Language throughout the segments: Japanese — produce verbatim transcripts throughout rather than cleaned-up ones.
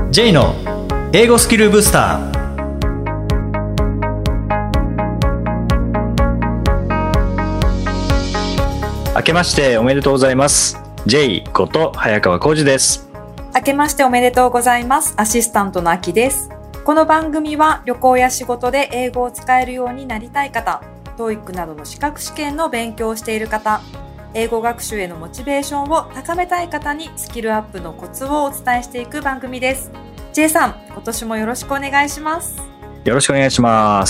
J の英語スキルブスター。明けましておめでとうございます。 J こと早川浩二です。 明けましておめでとうございます。アシスタントのあきです。この番組は旅行や仕事で英語を使えるようになりたい方、トーイック などの資格試験の勉強をしている方、英語学習へのモチベーションを高めたい方にスキルアップのコツをお伝えしていく番組です。 J さん、今年もよろしくお願いします。 よろしくお願いします。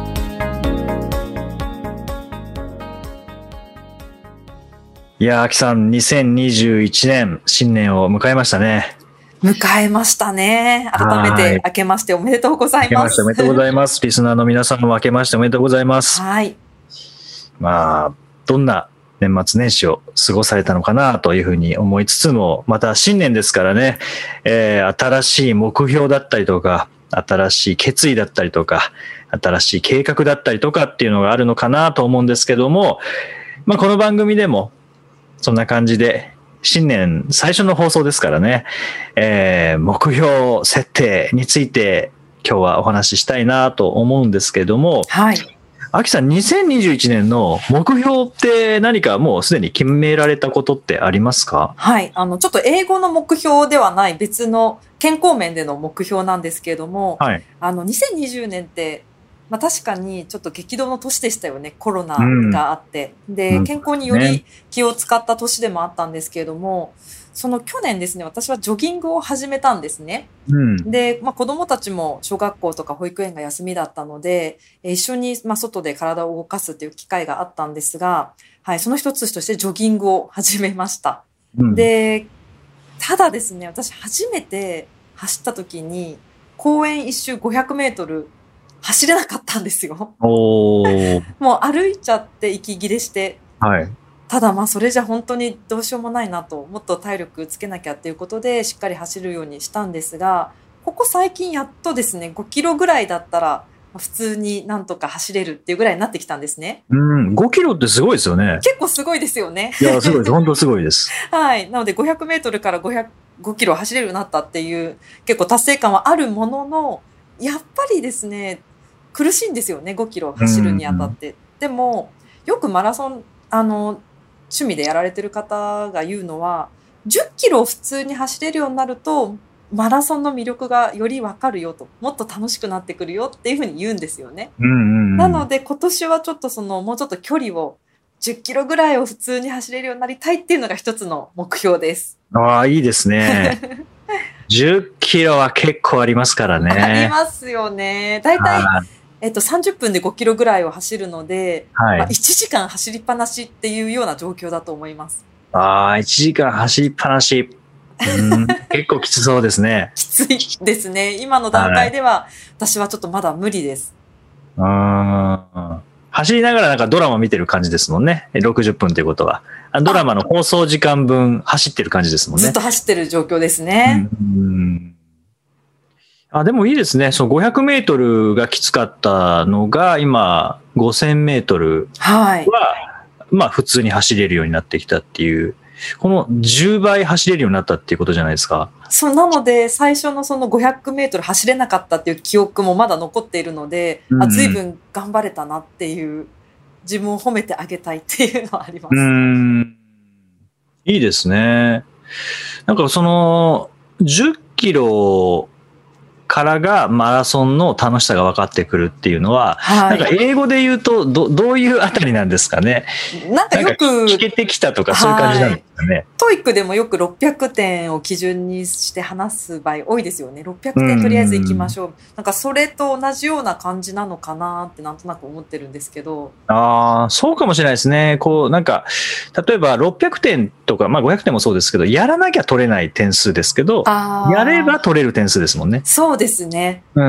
いやー、あきさん、にせんにじゅういちねん新年を迎えましたね。 迎えましたね。改めて明けましておめでとうございます。 明けましておめでとうございます。リスナーの皆さんも明けましておめでとうございます。 はい。 まあ、どんな年末年始を過ごされたのかなというふうに思いつつも、また新年ですからね、えー、新しい目標だったりとか、新しい決意だったりとか、新しい計画だったりとかっていうのがあるのかなと思うんですけども、まあこの番組でもそんな感じで、新年最初の放送ですからね、えー、目標設定について今日はお話ししたいなと思うんですけども、 はい。 あきさん、にせんにじゅういちねんの目標って何かもうすでに決められたことってありますか？ はい。あの、ちょっと英語の目標ではない別の健康面での目標なんですけれども、 はい。 あの、にせんにじゅうねんって、まあ確かにちょっと激動の年でしたよね。コロナがあって。うん、で、健康により気を使った年でもあったんですけれども、その去年ですね、私はジョギングを始めたんですね。うん、で、まあ子供たちも小学校とか保育園が休みだったので、一緒にまあ外で体を動かすっていう機会があったんですが、はい、その一つとしてジョギングを始めました。うん、で、ただですね、私初めて走った時に公園一周ごひゃくメートル走れなかったんですよ。 おー。 もう歩いちゃって息切れして。 はい。 ただまあそれじゃ本当にどうしようもないなと、もっと体力つけなきゃっていうことでしっかり走るようにしたんですが、ここ最近やっとですね、ごキロぐらいだったら普通になんとか走れるっていうぐらいになってきたんですね。 うん、ごキロってすごいですよね。 結構すごいですよね。 いや、すごいです。本当すごいです。 はい。なのでごひゃくメートルからごひゃく、ごキロ走れるようになったっていう結構達成感はあるものの、やっぱりですね、苦しいんですよね、ごキロ走るにあたって。うんうん、でも、よくマラソン、あの、趣味でやられてる方が言うのは、じゅっキロを普通に走れるようになると、マラソンの魅力がよりわかるよと、もっと楽しくなってくるよっていうふうに言うんですよね。 うんうんうん、 なので今年はちょっとその、もうちょっと距離を、じゅっキロぐらいを普通に走れるようになりたいっていうのが一つの目標です。 ああ、いいですね。じゅっキロは結構ありますからね。 ありますよね。だいたい、えっと、さんじゅっぷんでごキロぐらいを走るので、はい、まあ、いちじかん走りっぱなしっていうような状況だと思います。 ああ、いちじかん走りっぱなし。うん結構きつそうですね。 きついですね。今の段階では、はい、私はちょっとまだ無理です。 あ走りながらなんかドラマ見てる感じですもんね。ろくじゅっぷんということは。ドラマの放送時間分走ってる感じですもんね。 ずっと走ってる状況ですね。 うんあでもいいですね。そのごひゃくメートルがきつかったのが今ごせんメートルは、はい、まあ普通に走れるようになってきたっていう、このじゅうばい走れるようになったっていうことじゃないですか。 そうなので最初のそのごひゃくメートル走れなかったっていう記憶もまだ残っているので、うんうん、あ随分頑張れたなっていう自分を褒めてあげたいっていうのはあります。 うーんいいですね。なんかそのじゅっキロからがマラソンの楽しさが分かってくるっていうのは、はい、なんか英語で言うと ど, どういうあたりなんですかね。 なんかよく聞けてきたとかそういう感じなんですかね。 トイックでもよくろっぴゃくてんを基準にして話す場合多いですよね。ろっぴゃくてんとりあえず行きましょう。なんかそれと同じような感じなのかなってなんとなく思ってるんですけど。 ああ、そうかもしれないですね。こうなんか例えばろっぴゃくてんとかまあごひゃくてんもそうですけど、やらなきゃ取れない点数ですけど、やれば取れる点数ですもんね。 そうですね。 うん。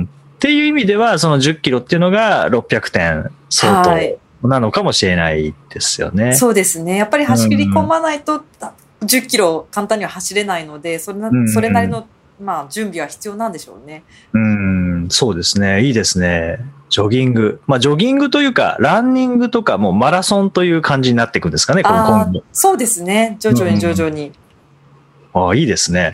っていう意味ではそのじゅっキロっていうのがろっぴゃくてん相当なのかもしれないですよね。はい、 そうですね。やっぱり走り込まないとじゅっキロ簡単には走れないので、それな、それなりのまあ準備は必要なんでしょうね。 うん、そうですね。いいですね。ジョギング。まあジョギングというかランニングとかもうマラソンという感じになっていくんですかね。 あ、今後。そうですね。徐々に徐々に。 うん、ああ、いいですね。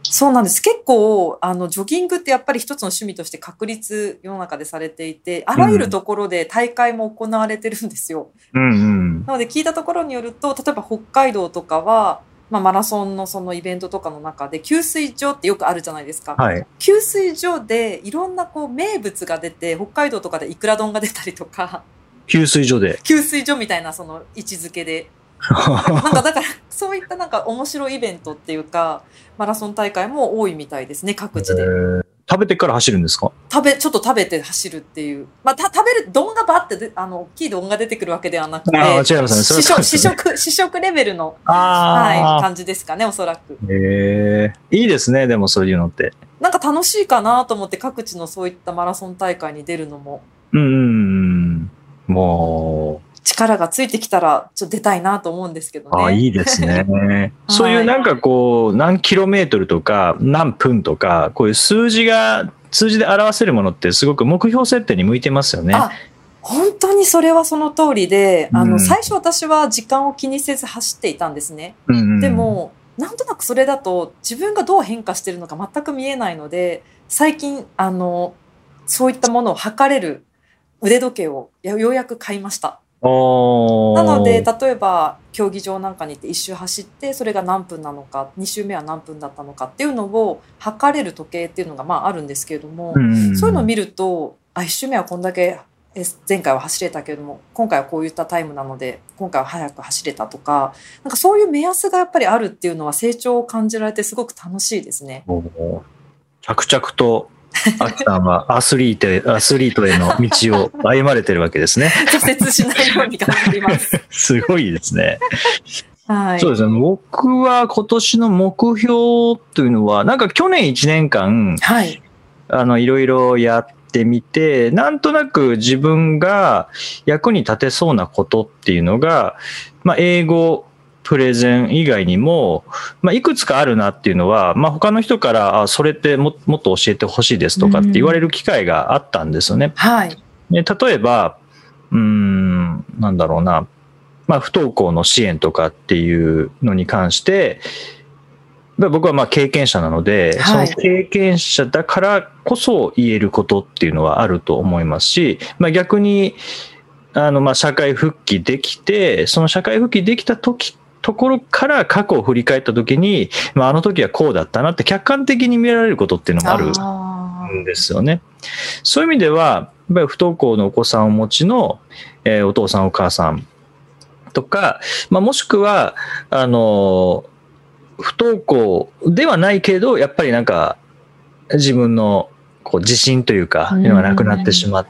そうなんです。結構、あの、ジョギングってやっぱり一つの趣味として確立世の中でされていて、あらゆるところで大会も行われてるんですよ。 うんうん。 なので聞いたところによると、例えば北海道とかは、まあ、マラソンのそのイベントとかの中で給水所ってよくあるじゃないですか。 はい。 給水所でいろんなこう名物が出て、北海道とかでイクラ丼が出たりとか、 給水所で。 給水所みたいなその位置づけで。なんかだからそういったなんか面白いイベントっていうか、マラソン大会も多いみたいですね、各地で。 えー食べてから走るんですか？ 食べ、ちょっと食べて走るっていう。まあ、た食べる、丼がバってで、あの、大きい丼が出てくるわけではなくて、 ああ、違いますね。それ試食、試はそうですね。 食、試食レベルの、はい、 ああ、 感じですかね、おそらく。 ええいいですね。でもそういうのって。 なんか楽しいかなと思って各地のそういったマラソン大会に出るのも、 うんうんうん。も力がついてきたら、ちょっと出たいなと思うんですけどう、ああ、 ね。 いいですね。そういうなんかこう、何キロメートルとか、何分とか、こういう数字が、数字で表せるものってすごく目標設定に向いてますよね。 あ、本当にそれはその通りで、あの、 うん最初私は時間を気にせず走っていたんですね。 うんうん、 でも、なんとなくそれだと自分がどう変化してるのか全く見えないので、最近、あの、そういったものを測れる腕時計をやようやく買いました。 おなので、例えば競技場なんかに行って一周走って、それが何分なのか、に周目は何分だったのかっていうのを測れる時計っていうのがまああるんですけれども、 うんそういうのを見ると、あ、一周目はこんだけえ前回は走れたけれども、今回はこういったタイムなので、今回は早く走れたとか、なんかそういう目安がやっぱりあるっていうのは成長を感じられてすごく楽しいですね。 おー着々と、あきさんはアスリートへ、アスリートへの道を歩まれてるわけですね。 挫折しないように頑張ります。 すごいですね。 はい。 そうですね。僕は今年の目標というのは、なんか去年いちねんかん、 はい。 あの、いろいろやってみて、なんとなく自分が役に立てそうなことっていうのが、まあ、英語、プレゼン以外にも、まあ、いくつかあるなっていうのは、まあ、他の人から、あ、それっても、もっと教えてほしいですとかって言われる機会があったんですよね。 はい。 で例えば、うーん、なんだろうな、まあ、不登校の支援とかっていうのに関して、僕はまあ経験者なので、 はいその経験者だからこそ言えることっていうのはあると思いますし、まあ、逆にあのまあ社会復帰できて、その社会復帰できた時ところから過去を振り返った時に、まあ、あの時はこうだったなって客観的に見られることっていうのもあるあんですよね。そういう意味では、やっぱり不登校のお子さんをお持ちの、えーお父さんお母さんとか、まあ、もしくは、あの、不登校ではないけど、やっぱりなんか、自分のこう自信というか、いうのがなくなってしまって、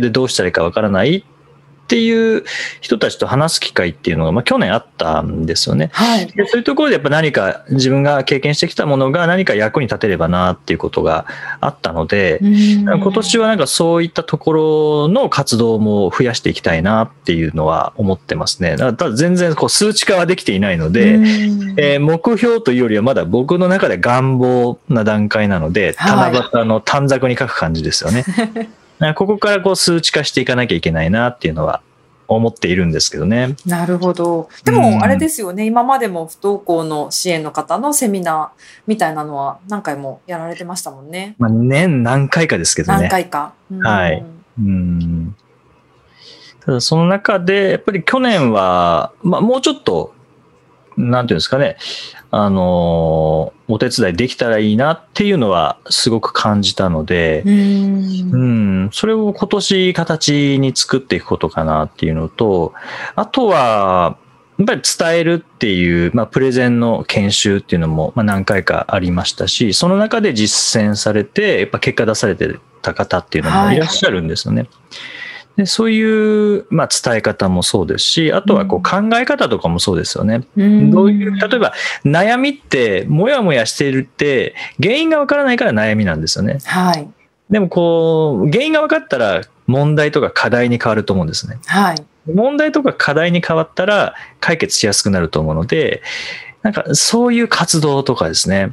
で、どうしたらいいかわからないっていう人たちと話す機会っていうのが、まあ、去年あったんですよね。 はい。 でそういうところでやっぱ何か自分が経験してきたものが何か役に立てればなっていうことがあったので、今年はなんかそういったところの活動も増やしていきたいなっていうのは思ってますね。だからただ全然こう数値化はできていないので、えー目標というよりはまだ僕の中で願望な段階なので、 はい七夕の短冊に書く感じですよね。ここからこう数値化していかなきゃいけないなっていうのは思っているんですけどね。 なるほど。でうんも、あれですよね、今までも不登校の支援の方のセミナーみたいなのは何回もやられてましたもんね。 まあ、年何回かですけどね。 何回か。うんはいうんただその中で、やっぱり去年は、まあ、もうちょっと、なんていうんですかね、あの、お手伝いできたらいいなっていうのはすごく感じたので、 うんうん、それを今年形に作っていくことかなっていうのと、あとは、やっぱり伝えるっていう、まあ、プレゼンの研修っていうのも、まあ、何回かありましたし、その中で実践されて、やっぱ結果出されてた方っていうのもいらっしゃるんですよね。はいでそういう、まあ、伝え方もそうですし、あとはこう考え方とかもそうですよね。 うん、 どういう、例えば悩みってもやもやしているって原因がわからないから悩みなんですよね。 はい。 でもこう原因が分かったら問題とか課題に変わると思うんですね。 はい。 問題とか課題に変わったら解決しやすくなると思うので、なんかそういう活動とかですね。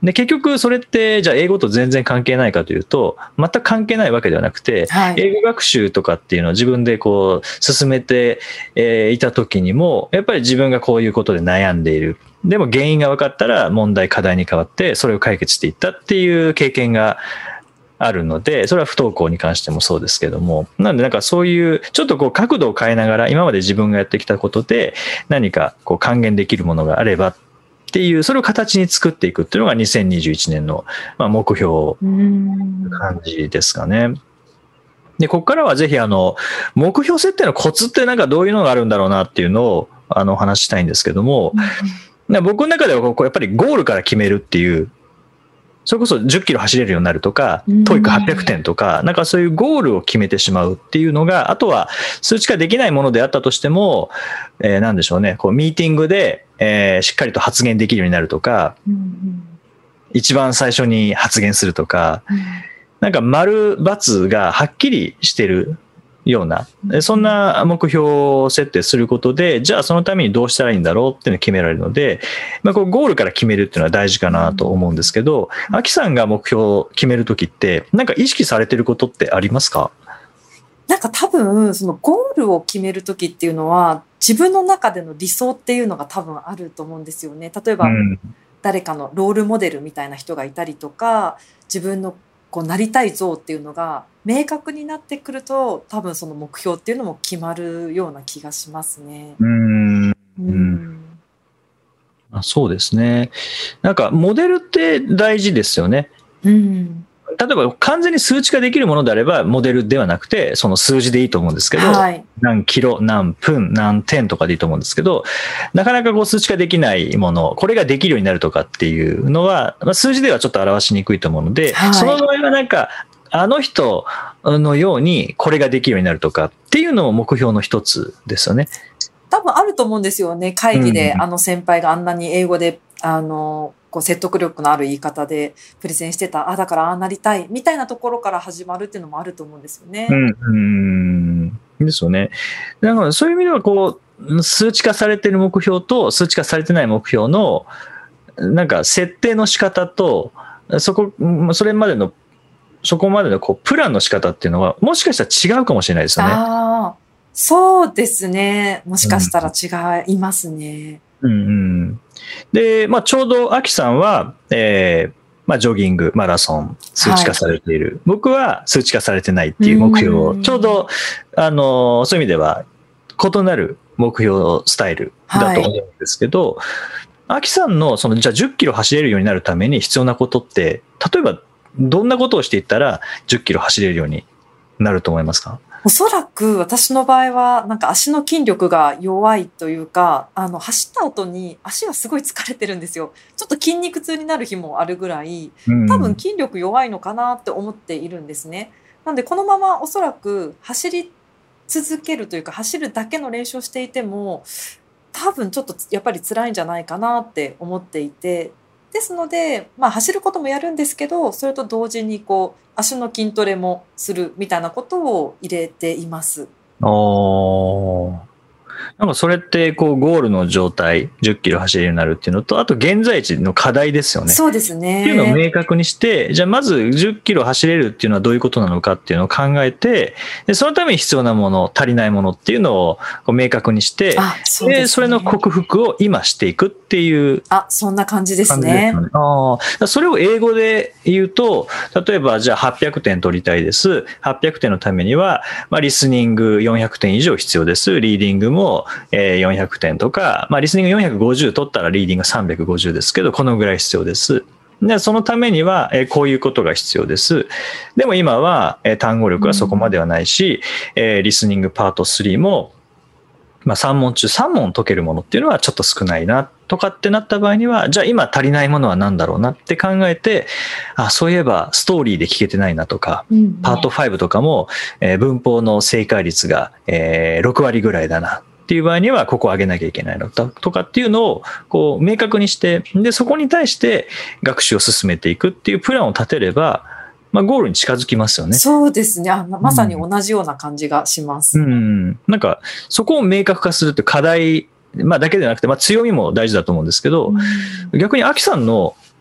で、結局それって、じゃあ英語と全然関係ないかというと、全く関係ないわけではなくて、はい、英語学習とかっていうのを自分でこう進めて、えー、いた時にも、やっぱり自分がこういうことで悩んでいる。でも原因が分かったら問題、課題に変わって、それを解決していったっていう経験があるので、それは不登校に関してもそうですけども、なんでなんかそういうちょっとこう角度を変えながら今まで自分がやってきたことで何かこう還元できるものがあればっていう、それを形に作っていくっていうのがにせんにじゅういちねんの目標感じですかね。で、ここからはぜひあの目標設定のコツってなんかどういうのがあるんだろうなっていうのをあのお話ししたいんですけども、僕の中ではこうやっぱりゴールから決めるっていう、それこそじゅっキロ走れるようになるとか、トイックはっぴゃくてんとか、なんかそういうゴールを決めてしまうっていうのが、あとは数値化できないものであったとしても、えー、なんでしょうね、こうミーティングで、えー、しっかりと発言できるようになるとか、うんうん、一番最初に発言するとか、うん、なんか丸×がはっきりしてるような、そんな目標設定することで、じゃあそのためにどうしたらいいんだろうっていうのを決められるので、まあ、こうゴールから決めるっていうのは大事かなと思うんですけど、アキさんが目標を決めるときって、なんか意識されてることってありますか？ なんか多分、そのゴールを決めるときっていうのは、自分の中での理想っていうのが多分あると思うんですよね。例えば、うん、誰かのロールモデルみたいな人がいたりとか、自分のこうなりたい像っていうのが明確になってくると、多分その目標っていうのも決まるような気がしますね。 うーん、うん、あ、そうですね。なんかモデルって大事ですよね。うん、例えば完全に数値化できるものであればモデルではなくてその数字でいいと思うんですけど、はい、何キロ何分何点とかでいいと思うんですけど、なかなかこう数値化できないもの、これができるようになるとかっていうのは、まあ、数字ではちょっと表しにくいと思うので、はい、その場合はなんかあの人のようにこれができるようになるとかっていうのも目標の一つですよね。 多分あると思うんですよね。会議であの先輩があんなに英語であのこう説得力のある言い方でプレゼンしてた、あ、だからああなりたいみたいなところから始まるっていうのもあると思うんですよね。 うん、うんですよね。だからそういう意味ではこう数値化されている目標と数値化されてない目標のなんか設定の仕方とそこそれまでのそこまでのこうプランの仕方っていうのはもしかしたら違うかもしれないですよね。 あ、そうですね。もしかしたら違いますね。 うんうん、で、まあ、ちょうどアキさんは、えーまあ、ジョギング、マラソン、数値化されている。はい、僕は数値化されてないっていう目標を、ちょうど、あの、そういう意味では異なる目標スタイルだと思うんですけど、アキさんの、その、じゃあじゅっキロ走れるようになるために必要なことって、例えばどんなことをしていったらじゅっキロ走れるようになると思いますか？ おそらく私の場合はなんか足の筋力が弱いというか、あの走った後に足がすごい疲れてるんですよ。ちょっと筋肉痛になる日もあるぐらい、多分筋力弱いのかなって思っているんですね。なんでこのままおそらく走り続けるというか走るだけの練習をしていても多分ちょっとやっぱり辛いんじゃないかなって思っていて、ですので、まあ、走ることもやるんですけど、それと同時にこう足の筋トレもするみたいなことを入れています。 おー、なんかそれってこうゴールの状態じゅっキロ走れるようになるっていうのと、あと現在地の課題ですよね。 そうですね。 っていうのを明確にして、じゃあまずじゅっキロ走れるっていうのはどういうことなのかっていうのを考えて、でそのために必要なもの、足りないものっていうのをこう明確にして、 あ、そうですね。 でそれの克服を今していくっていう。 あ、そんな感じですね。 ああ、それを英語で言うと、例えばじゃあはっぴゃくてん取りたいです。はっぴゃくてんのためには、まあ、リスニングよんひゃくてん以上必要です。リーディングもよんひゃくてんとか、まあ、リスニングよんひゃくごじゅう取ったらリーディングさんびゃくごじゅうですけど、このぐらい必要です。で、そのためには、えー、こういうことが必要です。でも今は、えー、単語力はそこまではないし、うん、えー、リスニングパートスリーも、まあ、さん問中さん問解けるものっていうのはちょっと少ないなとかってなった場合には、じゃあ今足りないものは何だろうなって考えて、あ、そういえばストーリーで聞けてないなとか、うん、パートファイブとかも、えー、文法の正解率が、えー、ろく割ぐらいだな。っていう場合にはここを上げなきゃいけないのとかっていうのをこう明確にして、でそこに対して学習を進めていくっていうプランを立てれば、まあ、ゴールに近づきますよね。 そうですね。あ、まさに同じような感じがします。 うん、うん、なんかそこを明確化するって課題、まあ、だけではなくて、まあ、強みも大事だと思うんですけど、うん、逆にアキさんの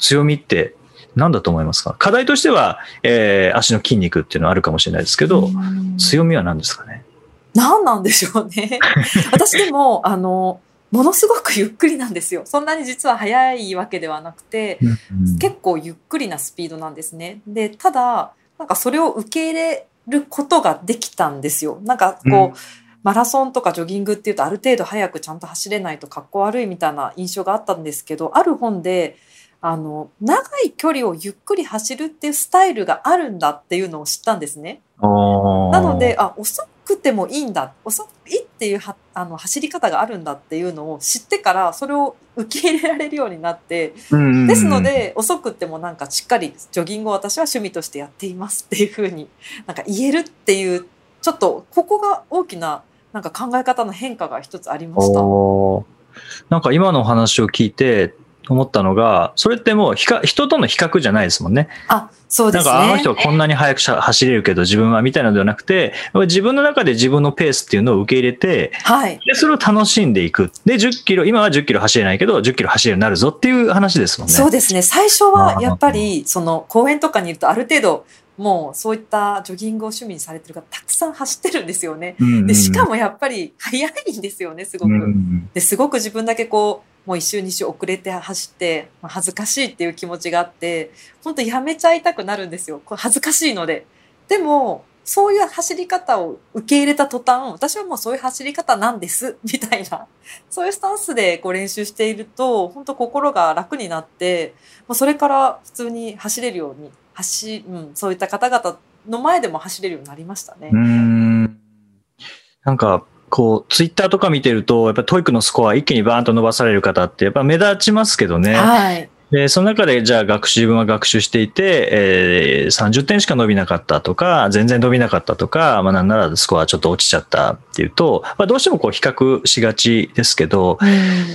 強みって何だと思いますか？課題としては、えー、足の筋肉っていうのはあるかもしれないですけど、強みは何ですかね？ 何なんでしょうね。私でも、あの、ものすごくゆっくりなんですよ。そんなに実は速いわけではなくて、うんうん、結構ゆっくりなスピードなんですね。で、ただ、なんかそれを受け入れることができたんですよ。なんかこう、うん、マラソンとかジョギングっていうとある程度速くちゃんと走れないとかっこ悪いみたいな印象があったんですけど、ある本で、あの、長い距離をゆっくり走るっていうスタイルがあるんだっていうのを知ったんですね。なので、あ、遅くてもいいんだ、遅いっていうはあの走り方があるんだっていうのを知ってからそれを受け入れられるようになって、ですので遅くてもなんかしっかりジョギングを私は趣味としてやっていますっていうふうになんか言えるっていう、ちょっとここが大きななんか考え方の変化が一つありました。 なんか今のお話を聞いて思ったのが、それってもうひか人との比較じゃないですもんね。 あ、そうですね。 なんかあの人はこんなに速く走れるけど自分はみたいなのではなくて、自分の中で自分のペースっていうのを受け入れて、 はい、 でそれを楽しんでいく。でじゅっキロ、今はじゅっキロ走れないけどじゅっキロ走れるようになるぞっていう話ですもんね。 そうですね。最初はやっぱりその公園とかにいるとある程度もうそういったジョギングを趣味にされてる方たくさん走ってるんですよね。うんうん、でしかもやっぱり速いんですよね、すごく。うんうん、ですごく自分だけこうもう一周二周遅れて走って、まあ、恥ずかしいっていう気持ちがあって、本当やめちゃいたくなるんですよ。これ恥ずかしいので。でも、そういう走り方を受け入れた途端、私はもうそういう走り方なんです、みたいな。そういうスタンスでこう練習していると、本当心が楽になって、もうそれから普通に走れるように、走、うん、そういった方々の前でも走れるようになりましたね。 うーん。なんか、こう、ツイッターとか見てると、やっぱトイックのスコア一気にバーンと伸ばされる方ってやっぱ目立ちますけどね。 はい。 で、その中でじゃあ学習、自分は学習していて、えー、さんじゅってんしか伸びなかったとか、全然伸びなかったとか、まあなんならスコアちょっと落ちちゃったっていうと、まあどうしてもこう比較しがちですけど、うん、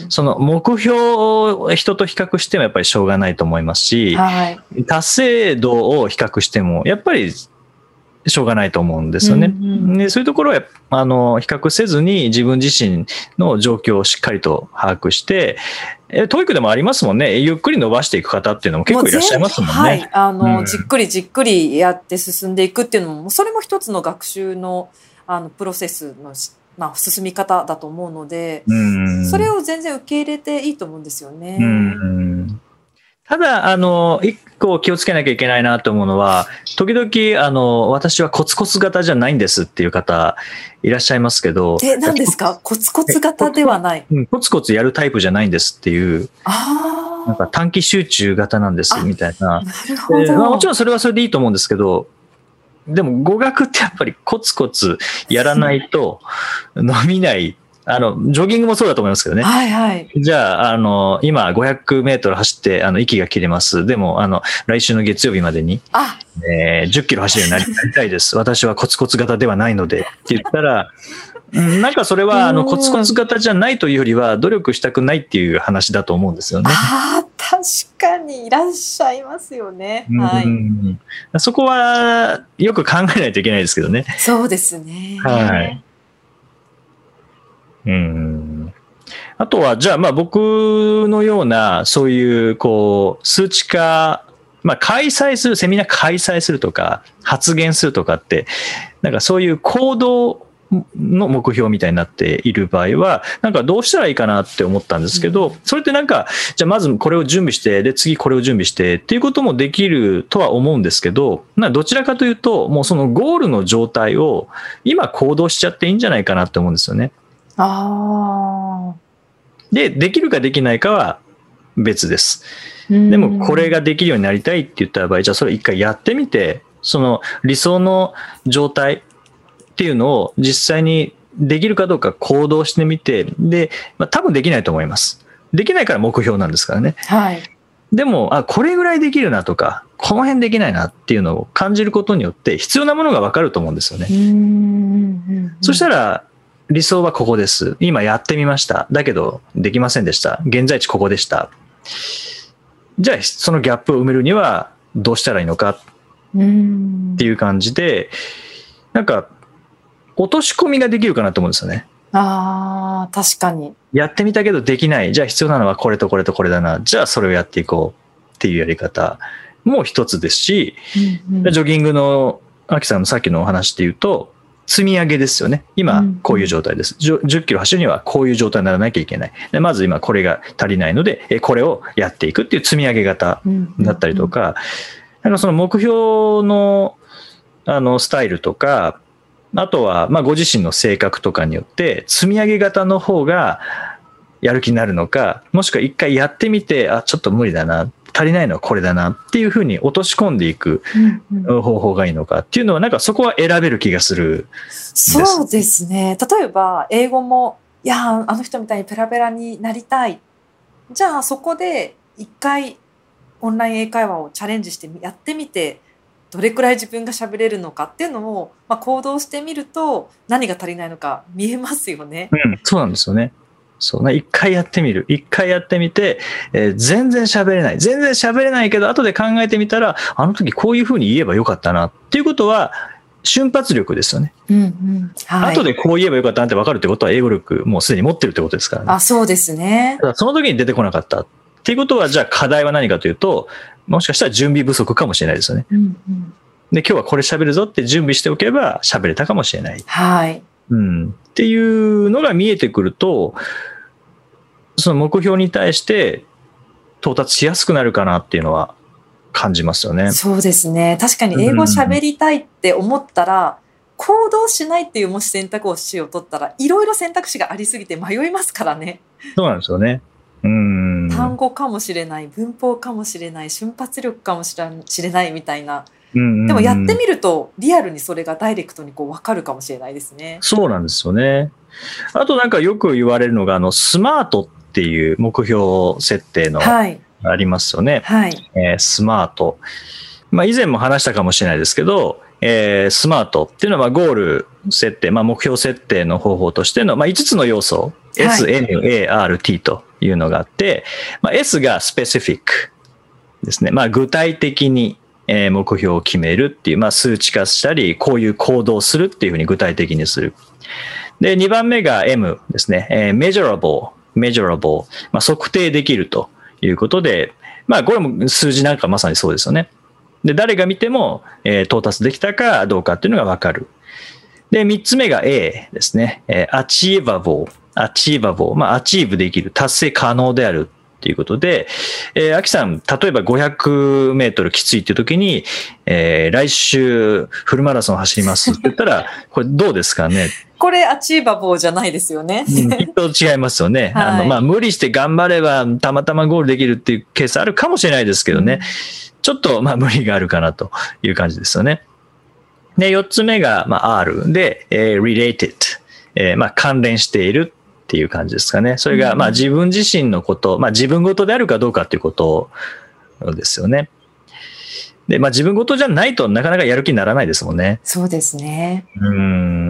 その目標を人と比較してもやっぱりしょうがないと思いますし、はい、達成度を比較しても、やっぱりしょうがないと思うんですよね。うんうん、でそういうところはあの比較せずに自分自身の状況をしっかりと把握して、トイックでもありますもんね。ゆっくり伸ばしていく方っていうのも結構いらっしゃいますもんね。 はい、あの、うん、じっくりじっくりやって進んでいくっていうのも、それも一つの学習のあのプロセスの、まあ、進み方だと思うので、うん、それを全然受け入れていいと思うんですよね。うんただ、あの、一個気をつけなきゃいけないなと思うのは、時々、あの、私はコツコツ型じゃないんですっていう方いらっしゃいますけど。 え、何ですか？コツコツ型ではない。 うん、コツコツやるタイプじゃないんですっていう。ああ。なんか短期集中型なんですみたいな。 なるほど。 まあ、もちろんそれはそれでいいと思うんですけど、でも語学ってやっぱりコツコツやらないと伸びない。あの、ジョギングもそうだと思いますけどね。 はいはい。 じゃあ、あの、今ごひゃくメートル走って、あの、息が切れます。でも、あの、来週の月曜日までに、 あえー、じゅっキロ走るようになりたいです。私はコツコツ型ではないので、って言ったら、うん、なんかそれは、あの、コツコツ型じゃないというよりは、努力したくないっていう話だと思うんですよね。 ああ、確かにいらっしゃいますよね。はい。 うん、そこは、よく考えないといけないですけどね。 そうですね。 はい。うん、あとは、じゃあ、まあ僕のような、そういう、こう、数値化、まあ開催する、セミナー開催するとか、発言するとかって、なんかそういう行動の目標みたいになっている場合は、なんかどうしたらいいかなって思ったんですけど、それってなんか、じゃあまずこれを準備して、で次これを準備してっていうこともできるとは思うんですけど、どちらかというと、もうそのゴールの状態を今行動しちゃっていいんじゃないかなって思うんですよね。あで、できるかできないかは別です。でも、これができるようになりたいって言った場合、じゃあそれ一回やってみて、その理想の状態っていうのを実際にできるかどうか行動してみて、で、まあ、多分できないと思います。できないから目標なんですからね。 はい。 でも、あ、これぐらいできるなとか、この辺できないなっていうのを感じることによって必要なものが分かると思うんですよね。うんうんうん、そしたら、理想はここです。今やってみました。だけどできませんでした。現在地ここでした。じゃあそのギャップを埋めるにはどうしたらいいのかっていう感じで、なんか落とし込みができるかなと思うんですよね。 ああ、確かに。 やってみたけどできない。じゃあ必要なのはこれとこれとこれだな。じゃあそれをやっていこう。 っていうやり方も一つですし、 うんうん、 ジョギングのアキさんのさっきのお話で言うと、積み上げですよね。今こういう状態です。じゅっキロ走るにはこういう状態にならなきゃいけない。でまず今これが足りないので、これをやっていくっていう積み上げ型だったりとか、なんかその目標のあのスタイルとか、あとはまあご自身の性格とかによって積み上げ型の方がやる気になるのか、もしくは一回やってみて、あちょっと無理だな、足りないのはこれだなっていうふうに落とし込んでいく方法がいいのかっていうのは、なんかそこは選べる気がする。 そうですね。例えば英語も、いやあの人みたいにペラペラになりたい。じゃあそこで一回オンライン英会話をチャレンジしてやってみて、どれくらい自分が喋れるのかっていうのを、まあ、行動してみると何が足りないのか見えますよね。 うん、そうなんですよね。そうね、一回やってみる。一回やってみて、えー、全然喋れない。全然喋れないけど、後で考えてみたら、あの時こういうふうに言えばよかったなっていうことは、瞬発力ですよね。 うんうんはい、 後でこう言えばよかったなって分かるってことは、英語力もうすでに持ってるってことですからね。 あ、そうですね。 ただその時に出てこなかったっていうことは、じゃあ課題は何かというと、もしかしたら準備不足かもしれないですよね。 うんうん、 で、今日はこれ喋るぞって準備しておけば喋れたかもしれない。 はい。 うん。っていうのが見えてくると、その目標に対して到達しやすくなるかなっていうのは感じますよね。 そうですね。確かに英語喋りたいって思ったら、うん、行動しないっていうもし選択肢を取ったら、いろいろ選択肢がありすぎて迷いますからね。 そうなんですよね。うん。 単語かもしれない、文法かもしれない、瞬発力かもしれないみたいな。 うんうんうん、 でもやってみるとリアルにそれがダイレクトにこう分かるかもしれないですね。 そうなんですよね。あとなんかよく言われるのが、あのスマートっていう目標設定のありますよね。 はいはいえー、スマート。まあ以前も話したかもしれないですけど、えー、スマートっていうのはゴール設定、まあ目標設定の方法としての、まあ、いつつの要素、はい、エスエヌエーアールティー というのがあって、まあ、S がスペシフィックですね。まあ具体的に目標を決めるっていう、まあ数値化したり、こういう行動をするっていうふうに具体的にする。で、にばんめが M ですね。えー、measurable。measurable、まあ、測定できるということで、まあ、これも数字なんかまさにそうですよね。で、誰が見ても、えー、到達できたかどうかっていうのが分かる。で、みっつめが A ですね。えー、achievable、achievable、まあ、アチーブできる、達成可能であるっていうことで、えー、アキさん、例えばごひゃくメートルきついっていう時に、えー、来週フルマラソン走りますって言ったら、これどうですかね。 これアチーバボーじゃないですよね。 うん、きっと違いますよね。はい、あの、まあ、無理して頑張ればたまたまゴールできるっていうケースあるかもしれないですけどね。うん、ちょっと、まあ、無理があるかなという感じですよね。で、よっつめが、まあ、R で、えー、related、えー、まあ、関連しているっていう感じですかね。それが、まあ、自分自身のこと、まあ、自分ごとであるかどうかっていうことですよね。で、まあ、自分ごとじゃないとなかなかやる気にならないですもんね。 そうですね。 うん。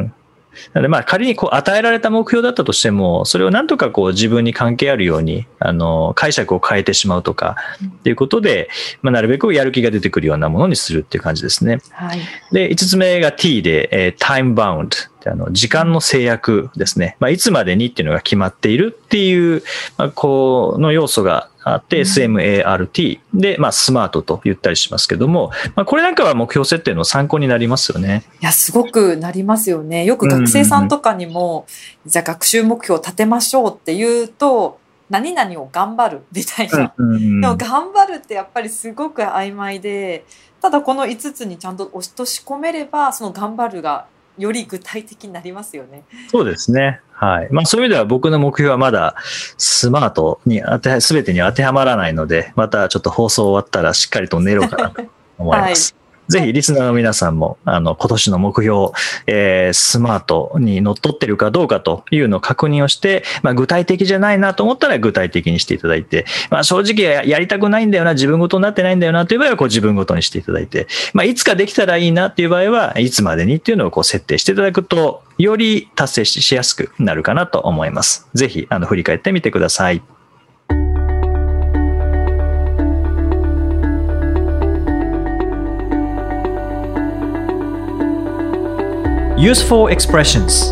なのでまあ仮にこう与えられた目標だったとしても、それをなんとかこう自分に関係あるようにあの解釈を変えてしまうとかっていうことで、まあ、なるべくやる気が出てくるようなものにするっていう感じですね。 はい、 で、いつつめが T で、えー、time bound ってあの時間の制約ですね。まあ、いつまでにっていうのが決まっているっていう、まあ、この要素があって、エスエムエーアールティー で、まあ、スマートと言ったりしますけども、まあ、これなんかは目標設定の参考になりますよね。 いや、すごくなりますよね。よく学生さんとかにも、うんうんうん、じゃあ学習目標を立てましょうって言うと、何々を頑張るみたいな。うんうんうん、でも頑張るってやっぱりすごく曖昧で、ただこのいつつにちゃんと落とし込めれば、その頑張るがより具体的になりますよね。 そうですね。はい。まあそういう意味では僕の目標はまだスマートに当て、すべてに当てはまらないので、またちょっと放送終わったらしっかりと練ろうかなと思います。はい、ぜひリスナーの皆さんも、あの、今年の目標、えー、スマートにのっとってるかどうかというのを確認をして、まあ具体的じゃないなと思ったら具体的にしていただいて、まあ正直 や, やりたくないんだよな、自分ごとになってないんだよなという場合はこう自分ごとにしていただいて、まあいつかできたらいいなっていう場合はいつまでにっていうのをこう設定していただくと、より達成しやすくなるかなと思います。ぜひ、あの、振り返ってみてください。 Useful expressions.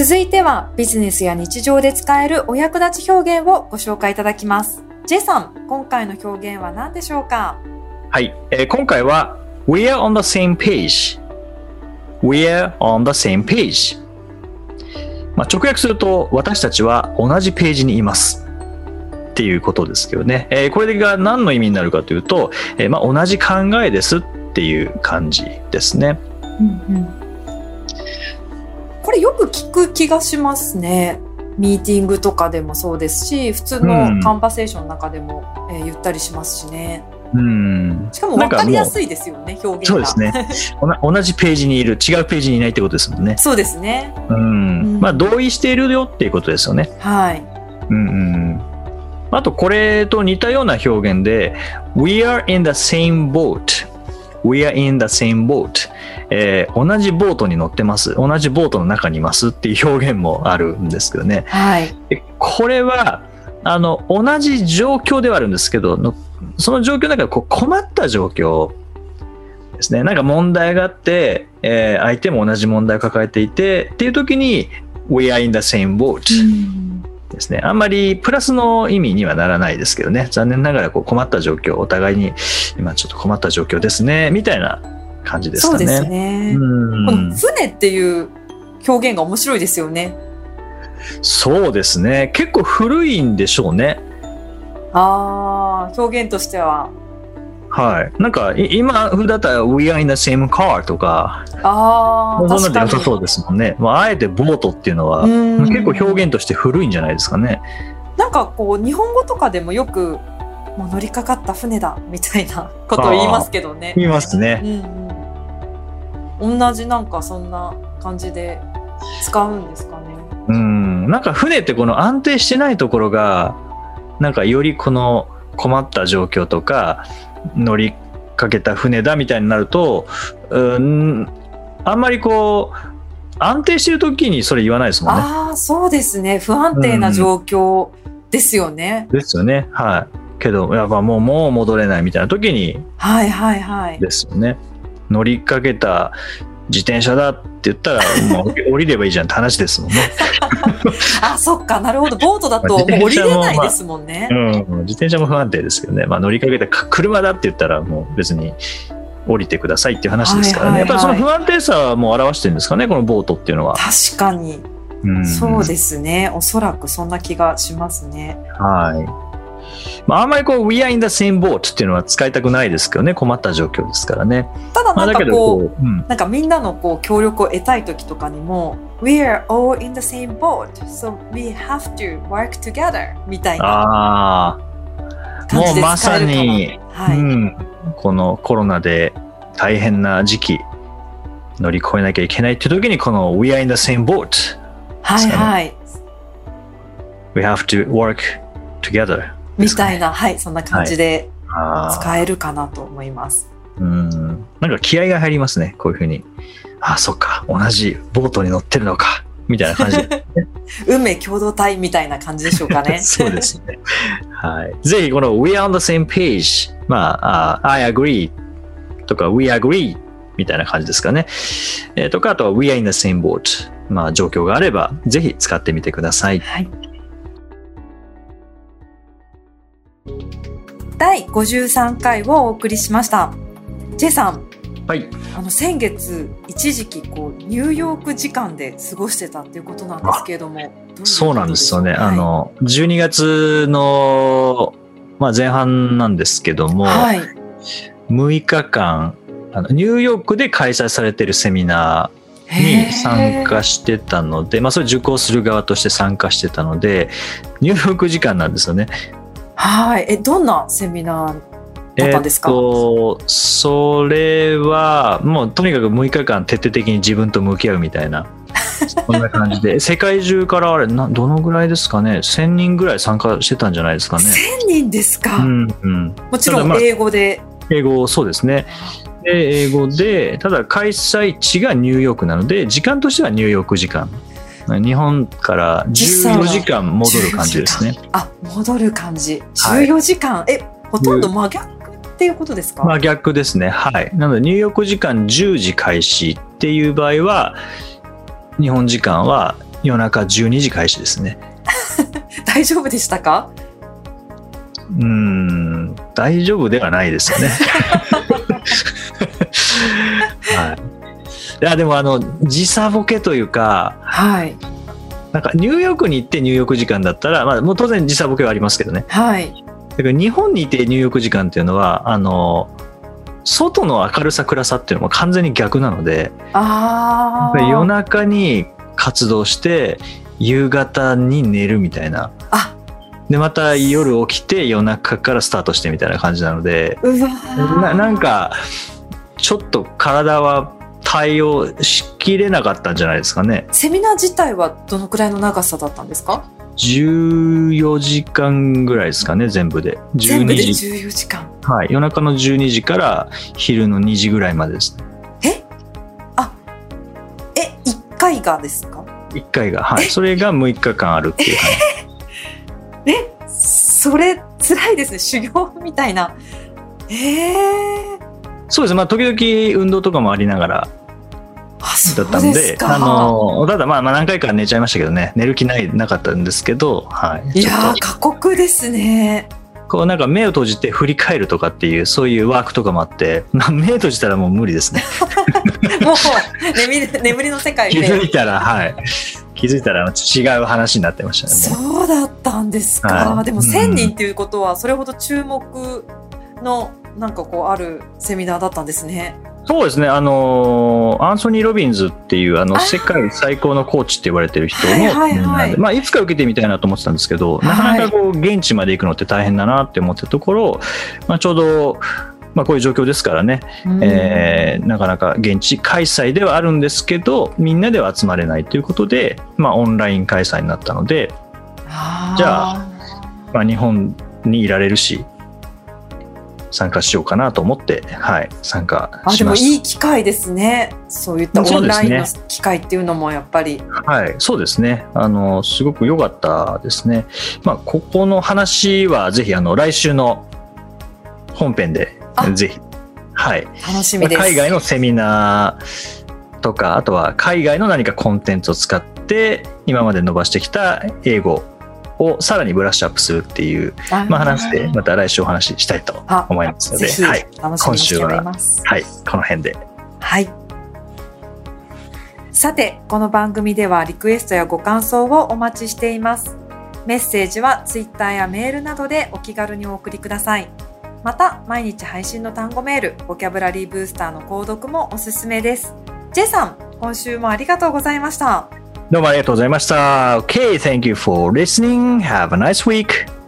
続いてはビジネスや日常で使えるお役立ち表現をご紹介いただきます。J さん、今回の表現は何でしょうか？ はい、えー、今回は We're on the same page We're on the same page、まあ、直訳すると私たちは同じページにいますっていうことですけどね、えー、これが何の意味になるかというと、えーまあ、同じ考えですっていう感じですね。 うんうん、これよく聞く気がしますね。ミーティングとかでもそうですし、普通のカンバセーションの中でも、うんえー、言ったりしますしね。うん、しかも分かりやすいですよね、表現が。 そうですね。同じページにいる、違うページにいないってことですもんね。 そうですね。 うん。うん、まあ同意しているよっていうことですよね。 はい。 うんうん。あとこれと似たような表現で We are in the same boat We are in the same boat、えー、同じボートに乗ってます同じボートの中にいますっていう表現もあるんですけどね、 はい、 でこれはあの同じ状況ではあるんですけどその状況の中でこう困った状況ですね。なんか問題があって、えー、相手も同じ問題を抱えていてっていう時に We are in the same boat、うんですね、あんまりプラスの意味にはならないですけどね。残念ながらこう困った状況お互いに今ちょっと困った状況ですねみたいな感じですかね。 そうですね。うんこの船っていう表現が面白いですよね。 そうですね。結構古いんでしょうね。 ああ、表現としては。 はい。なんか今風だったら We are in the same car とか、 ああ、 そんなんで良さそうですもんね。まあ、あえてボートっていうのは結構表現として古いんじゃないですかね。 なんかこう日本語とかでもよくもう乗りかかった船だみたいなことを言いますけどね。 言いますね。 うんうん、同じなんかそんな感じで使うんですかね。 うん。なんか船ってこの安定してないところがなんかよりこの困った状況とか乗りかけた船だみたいになると、うん、あんまりこう安定してる時にそれ言わないですもんね。 ああ、そうですね。不安定な状況ですよね。 うん、ですよね。はい。けどやっぱもうもう戻れないみたいな時に、 はいはいはい。 ですよね。乗りかけた自転車だって言ったらもう降りればいいじゃんって話ですもんね。 あ、そっか、なるほど。ボートだともう降りれないですもんね。 まあ、うん、自転車も不安定ですけどね。まあ、乗りかけた車だって言ったらもう別に降りてくださいっていう話ですからね。はいはいはい、やっぱりその不安定さも表してるんですかね、このボートっていうのは。 確かに。うん、そうですね。おそらくそんな気がしますね。 はい。まあ、あんまりこう We are in the same boat っていうのは使いたくないですけどね。困った状況ですからね。 ただなんかこう、まあ、ううん、なんかみんなのこう協力を得たい時とかにも We are all in the same boat so we have to work together みたいな感じで使えるかな。もうまさに、はい、うん、このコロナで大変な時期乗り越えなきゃいけないっていう時にこの We are in the same boat、ね、 はいはい We have to work together みたいな、はい、そんな感じで使えるかなと思います。 はい、うん、なんか気合が入りますね、こういうふうに。ああ、そっか、同じボートに乗ってるのか、みたいな感じで、ね。 運命共同体みたいな感じでしょうかね。 そうですね。はい。ぜひこの We are on the same page、まあ、uh, I agree とか We agree みたいな感じですかね。えー、とか、あとは We are in the same boat。まあ、状況があれば、ぜひ使ってみてください。はい。 だいごじゅうさんかいをお送りしました。J さん、 はい、 あの先月一時期こうニューヨーク時間で過ごしてたっていうことなんですけれども、どういうことでしょうか？そうなんですよね。 はい、あのじゅうにがつの、まあ、前半なんですけども、はい、むいかかんあのニューヨークで開催されているセミナーに参加してたので、まあ、それ受講する側として参加してたのでニューヨーク時間なんですよね。 はい、えどんなセミナーだったんですか？ えー、とそれはもうとにかくむいかかん徹底的に自分と向き合うみたいなそんな感じで世界中からあれなどのぐらいですかね、せんにんぐらい参加してたんじゃないですかね。 せんにんですか？ うんうん、 もちろん英語で、 まあ、英語そうですね。で英語でただ開催地がニューヨークなので時間としてはニューヨーク時間、日本からじゅうよじかん戻る感じですね。 あ、戻る感じ。じゅうよじかん、はい、え、ほとんど真逆っていうことですか？ 真逆ですね。はい。なのでニューヨーク時間じゅうじ開始っていう場合は、日本時間は夜中じゅうにじ開始ですね。 大丈夫でしたか？ うーん、大丈夫ではないですよね。はい、いやでもあの時差ボケというか、 はい、 なんかニューヨークに行って入浴時間だったら、まあ、もう当然時差ボケはありますけどね。 はい、 だから日本にいて入浴時間っていうのはあの外の明るさ暗さっていうのも完全に逆なので、 あ夜中に活動して夕方に寝るみたいな。 あでまた夜起きて夜中からスタートしてみたいな感じなので、 うわな, なんかちょっと体は対応しきれなかったんじゃないですかね。 セミナー自体はどのくらいの長さだったんですか？ じゅうよじかんぐらいですかね、全部で。 全部でじゅうよじかん。 はい、夜中のじゅうにじから昼のにじぐらいまでですね。 えあえいっかいがですか？ いっかいが、はい、それがむいかかんあるっていう感じ。 えそれ辛いですね、修行みたいな。えー、 そうです、まあ時々運動とかもありながらだったん で, であのただまあまあ何回か寝ちゃいましたけどね、寝る気ないなかったんですけど、はい、 いや過酷ですね。 こうなんか目を閉じて振り返るとかっていうそういうワークとかもあって、目閉じたらもう無理ですね。 もう眠り、眠りの世界で気づいたらはい気づいたら違う話になってましたね。 そうだったんですか、はい、でもせんにんっていうことはそれほど注目のなんかこうあるセミナーだったんですね。 そうですね、あのアンソニー・ロビンズっていうあの世界最高のコーチって言われてる人の、はいはいはい、まあ、いつか受けてみたいなと思ってたんですけど、なかなかこう現地まで行くのって大変だなって思ってたところ、まあ、ちょうど、まあ、こういう状況ですからね、えー、なかなか現地開催ではあるんですけどみんなでは集まれないということで、まあ、オンライン開催になったので、じゃあ、まあ、日本にいられるし参加しようかなと思って、はい、参加しました。 あ、でもいい機会ですね。そういったオンラインの機会っていうのもやっぱり。 はい、そうですね。あのすごく良かったですね。まあここの話はぜひあの来週の本編でぜひ、はい、 楽しみです。 海外のセミナーとか、あとは海外の何かコンテンツを使って今まで伸ばしてきた英語をさらにブラッシュアップするっていう、まあ、話でまた来週お話ししたいと思いますので、 はい、今週は、 はい、この辺で。 はい。さて、この番組ではリクエストやご感想をお待ちしています。メッセージはツイッターやメールなどでお気軽にお送りください。また、毎日配信の単語メール、ボキャブラリーブースターの購読もおすすめです。J さん、今週もありがとうございました。 どうもありがとうございました。Okay, thank you for listening. Have a nice week.